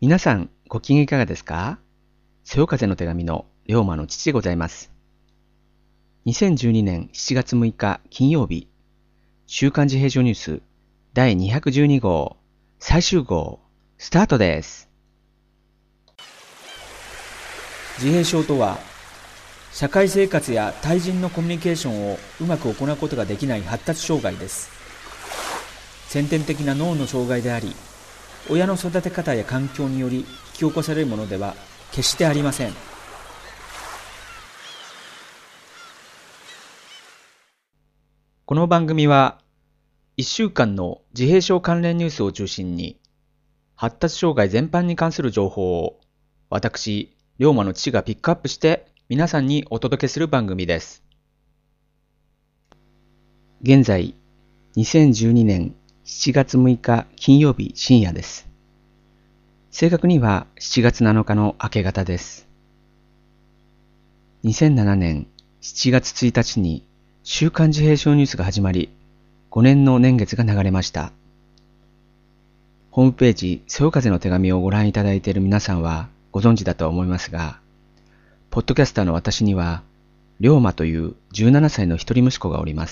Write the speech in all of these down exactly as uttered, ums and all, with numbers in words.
皆さん、ご機嫌いかがですか？そよ風の手紙の龍馬の父でございます。にせんじゅうにねんしちがつむいか金曜日、週刊自閉症ニュースだいにひゃくじゅうにごう最終号スタートです。 自閉症とは、社会生活や対人のコミュニケーションをうまく行うことができない発達障害です。先天的な脳の障害であり、親の育て方や環境により引き起こされるものでは決してありません。 この番組はいっしゅうかんの自閉症関連ニュースを中心に発達障害全般に関する情報を私、龍馬の父がピックアップして皆さんにお届けする番組です。現在、にせんじゅうにねんしちがつむいか金曜日深夜です。正確にはしちがつなのかの明け方です。にせんななねんしちがつついたちに週刊自閉症ニュースが始まり、ごねんの年月が流れました。ホームページ、そよ風の手紙をご覧いただいている皆さんはご存知だと思いますが、ポッドキャスターの私には、龍馬というじゅうななさいの一人息子がおります。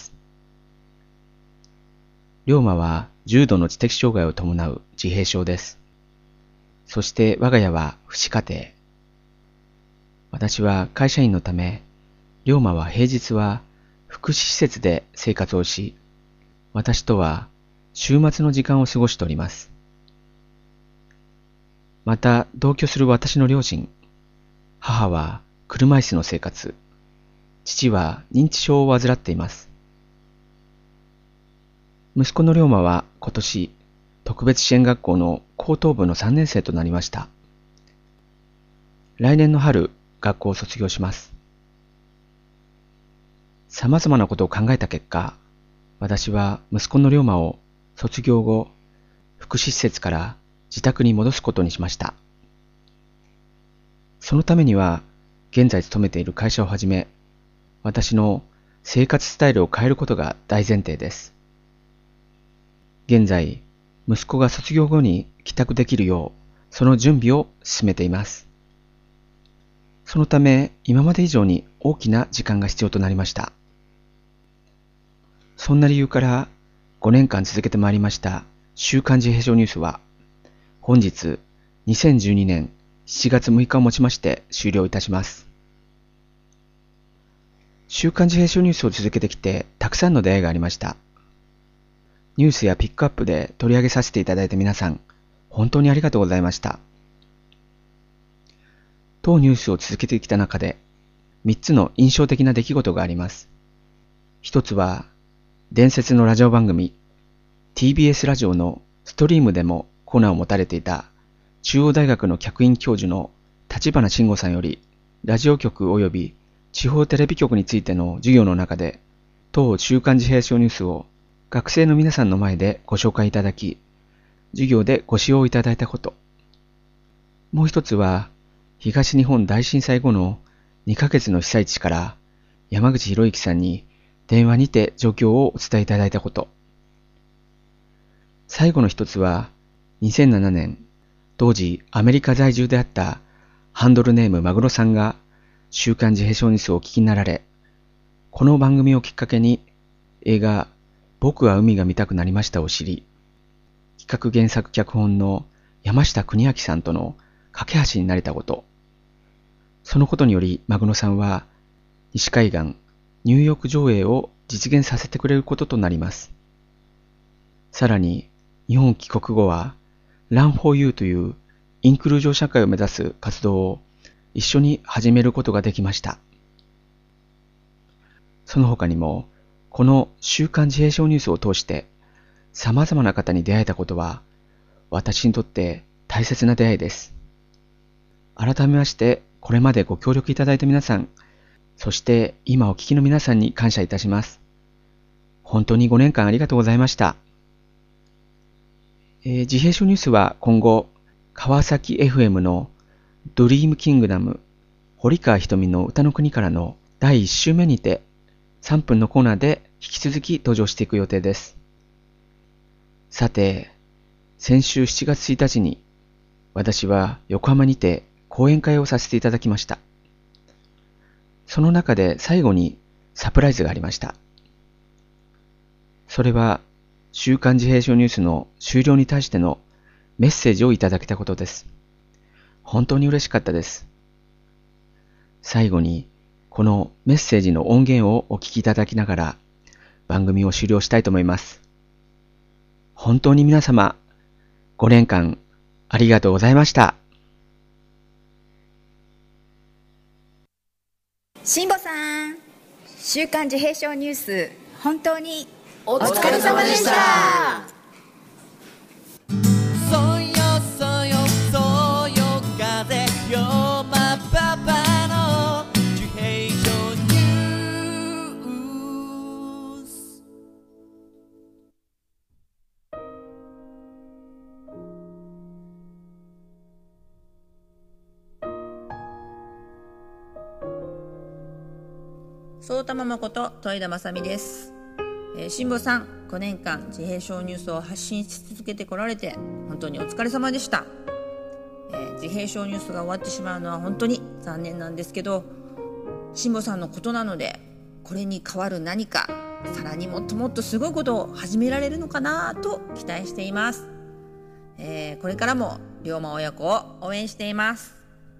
龍馬は重度の知的障害を伴う自閉症です。そして我が家は父子家庭。私は会社員のため、龍馬は平日は福祉施設で生活をし、私とは週末の時間を過ごしております。また同居する私の両親、母は車椅子の生活、父は認知症を患っています。息子の龍馬は今年、特別支援学校の高等部のさんねんせいとなりました。来年の春、学校を卒業します。様々なことを考えた結果、私は息子の龍馬を卒業後、福祉施設から自宅に戻すことにしました。そのためには、現在勤めている会社をはじめ、私の生活スタイルを変えることが大前提です。現在、息子が卒業後に帰宅できるよう、その準備を進めています。そのため、今まで以上に大きな時間が必要となりました。そんな理由から、ごねんかん続けてまいりました週刊自閉症ニュースは、本日、にせんじゅうにねんしちがつむいかをもちまして終了いたします。週刊自閉症ニュースを続けてきて、たくさんの出会いがありました。ニュースやピックアップで取り上げさせていただいた皆さん、本当にありがとうございました。当ニュースを続けてきた中で、みっつの印象的な出来事があります。一つは、伝説のラジオ番組、ティービーエス ラジオのストリームでもコーナーを持たれていた、中央大学の客員教授の立花慎吾さんより、ラジオ局及び地方テレビ局についての授業の中で、当週刊自閉症ニュースを学生の皆さんの前でご紹介いただき、授業でご使用いただいたこと。もう一つは、東日本大震災後のにかげつの被災地から山口博之さんに電話にて状況をお伝えいただいたこと。最後の一つは、にせんななねん、当時アメリカ在住であったハンドルネームマグロさんが週刊自閉症ニュースをお聞きになられ、この番組をきっかけに映画僕は海が見たくなりましたを知り、企画原作脚本の山下邦明さんとの架け橋になれたこと。そのことによりマグロさんは西海岸ニューヨーク上映を実現させてくれることとなります。さらに日本帰国後は ランフォーユー というインクルージョン社会を目指す活動を一緒に始めることができました。その他にもこの週刊自閉症ニュースを通して様々な方に出会えたことは私にとって大切な出会いです。改めましてこれまでご協力いただいた皆さん、そして今お聞きの皆さんに感謝いたします。本当にごねんかんありがとうございました。えー、自閉症ニュースは今後、川崎 エフエム のドリームキングダム、堀川瞳の歌の国からのだいいっ週目にてさんぷんのコーナーで引き続き登場していく予定です。さて、先週しちがつついたちに私は横浜にて講演会をさせていただきました。その中で最後にサプライズがありました。それは週刊自閉症ニュースの終了に対してのメッセージをいただけたことです。本当に嬉しかったです。最後にこのメッセージの音源をお聞きいただきながら番組を終了したいと思います。本当に皆様、ごねんかんありがとうございました。 辛坊さん、週刊自閉症ニュース、本当にお疲れ様でした。 そよそよそよ風よまパパの自閉症ニュース。 そうたままこと戸田正美です。えー、辛坊さん、ごねんかん自閉症ニュースを発信し続けてこられて本当にお疲れ様でした。えー、自閉症ニュースが終わってしまうのは本当に残念なんですけど、辛坊さんのことなのでこれに代わる何か、さらにもっともっとすごいことを始められるのかなと期待しています。えー、これからも龍馬親子を応援しています。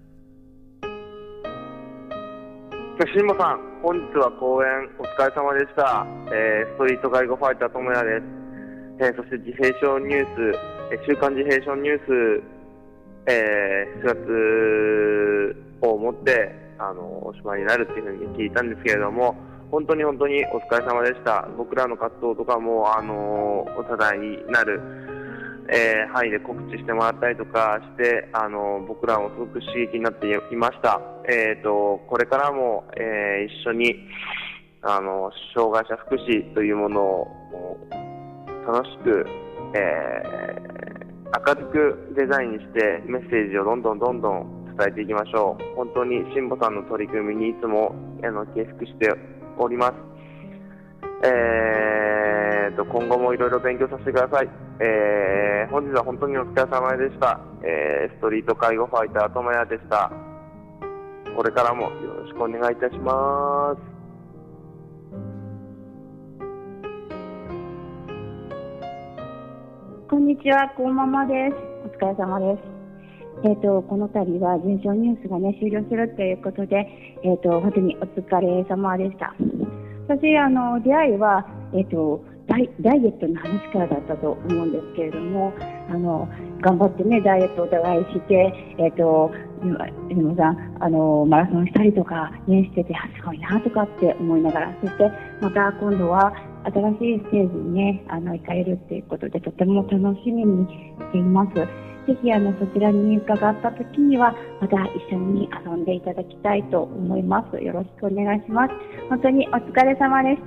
辛坊さん、本日は講演お疲れ様でした。えー、ストリート介護ファイター友也です。えー、そして自閉症ニュース、えー、週刊自閉症ニュース、えー、しがつをもってあのおしまいになるっていうふうに聞いたんですけれども、本当に本当にお疲れ様でした。僕らの活動とかもあのお多大になる、えー、範囲で告知してもらったりとかして、あの僕らもすごく刺激になっていました。えーと、これからも、えー、一緒にあの障害者福祉というものを楽しく、えー、明るくデザインにしてメッセージをどんどんどんどん伝えていきましょう。本当に辛坊さんの取り組みにいつもあの敬服しております。えーと、今後もいろいろ勉強させてください。えー、本日は本当にお疲れ様でした。えー、ストリート介護ファイター友也でした。これからもよろしくお願いいたします。 こんにちは、こうままです。お疲れ様です。えーと、この度は自閉症ニュースがね、終了するということで、えーと、本当にお疲れ様でした。私、あの、出会いは、えーと、ダイ、ダイエットの話からだったと思うんですけれども、あの、頑張ってね、ダイエットをお互いして、えーと、皆さん、あの、マラソンしたりとか、ね、してて、すごいなとかって思いながら、そして、また今度は、新しいステージにね、あの、行かれるっていうことで、とても楽しみにしています。ぜひ、あの、そちらに伺った時には、また一緒に遊んでいただきたいと思います。よろしくお願いします。本当にお疲れ様でした。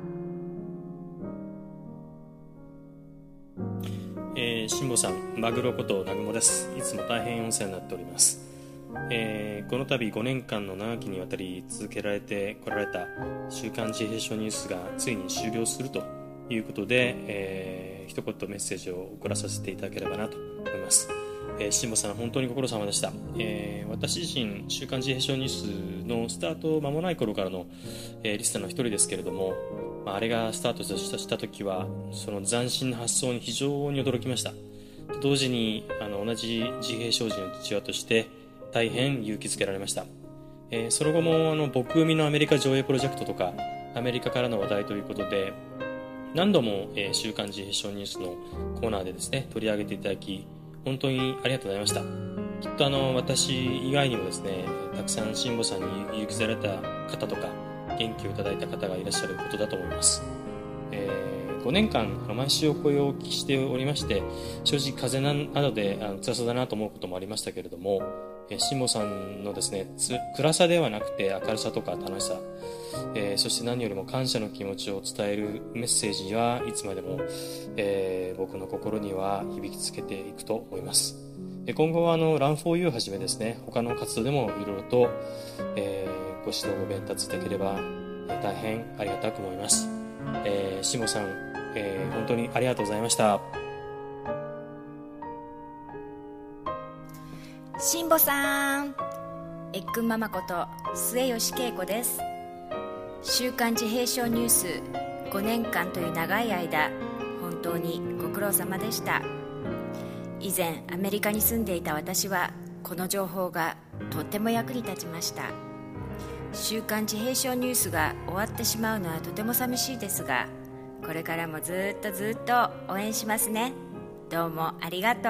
えー、辛坊さん、マグロこと南雲です。いつも大変お世話になっております。えー、この度ごねんかんの長きにわたり続けられてこられた週刊自閉症ニュースがついに終了するということで、えー、一言メッセージを送らさせていただければなと思います。えー、辛坊さん、本当にご苦労様でした。えー、私自身週刊自閉症ニュースのスタート間もない頃からの、えー、リスナーの一人ですけれども、まあ、あれがスタートした時はその斬新な発想に非常に驚きました。同時にあの同じ自閉症児の父親として大変勇気づけられました。えー、その後もあの僕組のアメリカ上映プロジェクトとかアメリカからの話題ということで何度も、えー、週刊自閉症ニュースのコーナーでですね取り上げていただき本当にありがとうございました。きっとあの私以外にもですねたくさん辛坊さんに勇気づけられた方とか元気をいただいた方がいらっしゃることだと思います。えー、ごねんかん毎週お声をお聞きしておりまして正直風邪などであの辛さだなと思うこともありましたけれども、えー、辛坊さんのですね暗さではなくて明るさとか楽しさ、えー、そして何よりも感謝の気持ちを伝えるメッセージはいつまでも、えー、僕の心には響きつけていくと思います。今後はあの ランフォーユー をはじめですね他の活動でもいろいろと、えーご指導ご鞭達いただければ、えー、大変ありがたく思います。えー、辛坊さん、えー、本当にありがとうございました。 しんぼさん、えっくんママこと末吉恵子です。週刊自閉症ニュースごねんかんという長い間、本当にご苦労様でした。以前アメリカに住んでいた私は、この情報がとっても役に立ちました。週刊自閉症ニュースが終わってしまうのはとても寂しいですが、これからもずっとずっと応援しますね。どうもありがとう。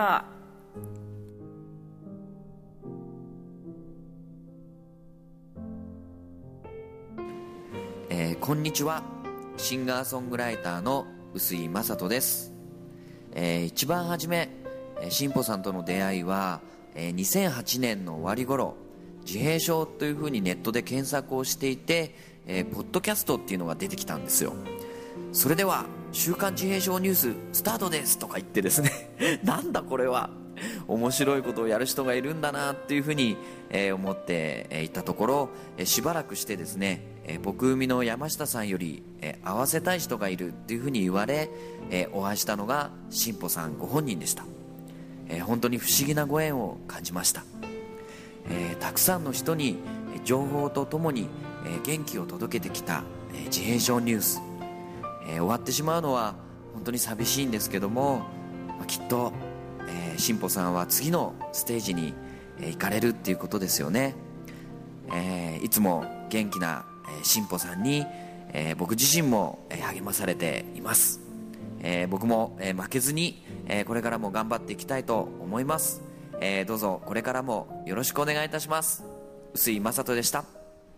えー、こんにちは。シンガーソングライターの臼井正人です。えー、一番初めしんぽさんとの出会いは、えー、にせんはちねんの終わり頃、自閉症というふうにネットで検索をしていて、えー、ポッドキャストっていうのが出てきたんですよ。それでは週刊自閉症ニューススタートですとか言ってですねなんだこれは、面白いことをやる人がいるんだなっていうふうに、えー、思っていたところ、えー、しばらくしてですね、えー、僕組の山下さんより、えー、会わせたい人がいるっていうふうに言われ、えー、お会いしたのがしんぽさんご本人でした。えー、本当に不思議なご縁を感じました。えー、たくさんの人に情報とともに、えー、元気を届けてきた、えー、自閉症ニュース、えー、終わってしまうのは本当に寂しいんですけども、まあ、きっと、えー、しんぽさんは次のステージに、えー、行かれるっていうことですよね。えー、いつも元気な、えー、しんぽさんに、えー、僕自身も、えー、励まされています。えー、僕も、えー、負けずに、えー、これからも頑張っていきたいと思います。えー、どうぞこれからもよろしくお願いいたします。臼井正人でした。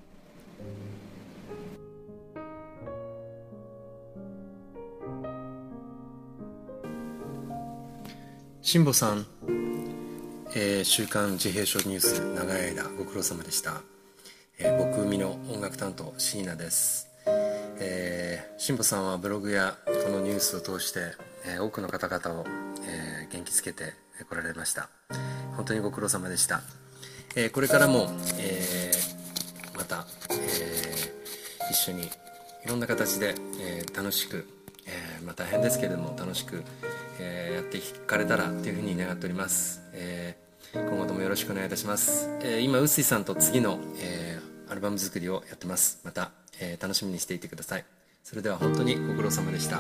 しんぼさん、えー、週刊自閉症ニュース長い間ご苦労様でした。えー、僕組の音楽担当椎名です。えー、しんぼさんはブログやこのニュースを通して、えー、多くの方々を、えー、元気づけてこられました。本当にご苦労様でした。えー、これからも、えー、また、えー、一緒にいろんな形で、えー、楽しく、えー、まあ大変ですけれども楽しく、えー、やっていかれたらというふうに願っております。えー、今後ともよろしくお願いいたします。えー、今臼井さんと次の、えー、アルバム作りをやってます。また、えー、楽しみにしていてください。それでは本当にご苦労様でした。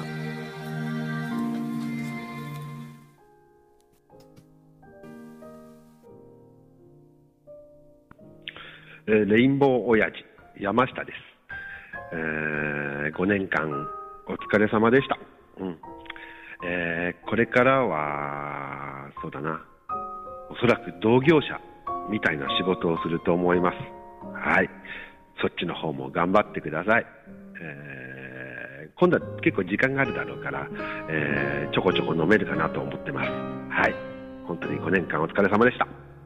レインボー親父山下です。えー、ごねんかんお疲れ様でした。うんえー、これからはそうだな、おそらく同業者みたいな仕事をすると思います。はい、そっちの方も頑張ってください。えー、今度は結構時間があるだろうから、えー、ちょこちょこ飲めるかなと思ってます。はい、本当にごねんかんお疲れ様でした。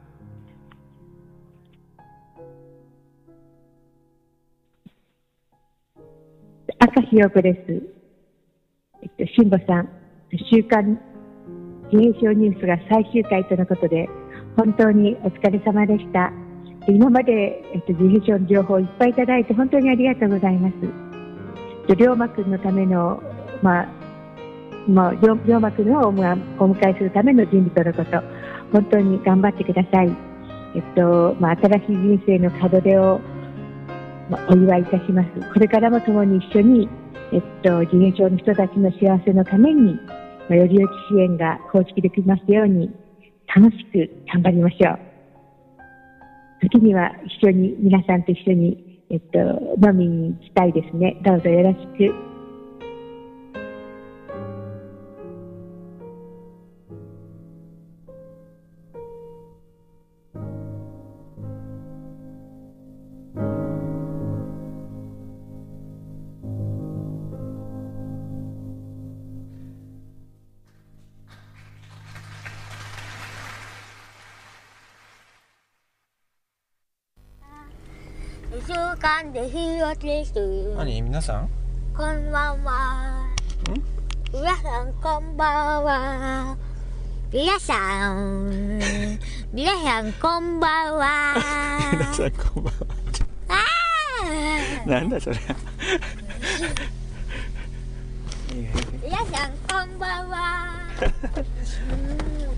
赤ひよこです。えっと、しんぼさん、週刊自閉症ニュースが最終回とのことで、本当にお疲れ様でした。今まで、えっと、自閉症の情報をいっぱいいただいて本当にありがとうございます。龍馬くんのための、まあ、まあ、龍馬くんをお迎えするための準備とのこと、本当に頑張ってください。えっと、まあ、新しい人生の門出をお祝いいたします。これからも共に一緒に、えっと、自閉症の人たちの幸せのために、まあ、より良き支援が構築できますように、楽しく頑張りましょう。時には一緒に、皆さんと一緒に、えっと、飲みに行きたいですね。どうぞよろしく。 週刊で日を消す。 何皆さんこんばんは。皆さんこんばんは。皆さん皆さんこんばんは。 皆さんこんばんは。 あなんだそれ。 皆さんこんばんは。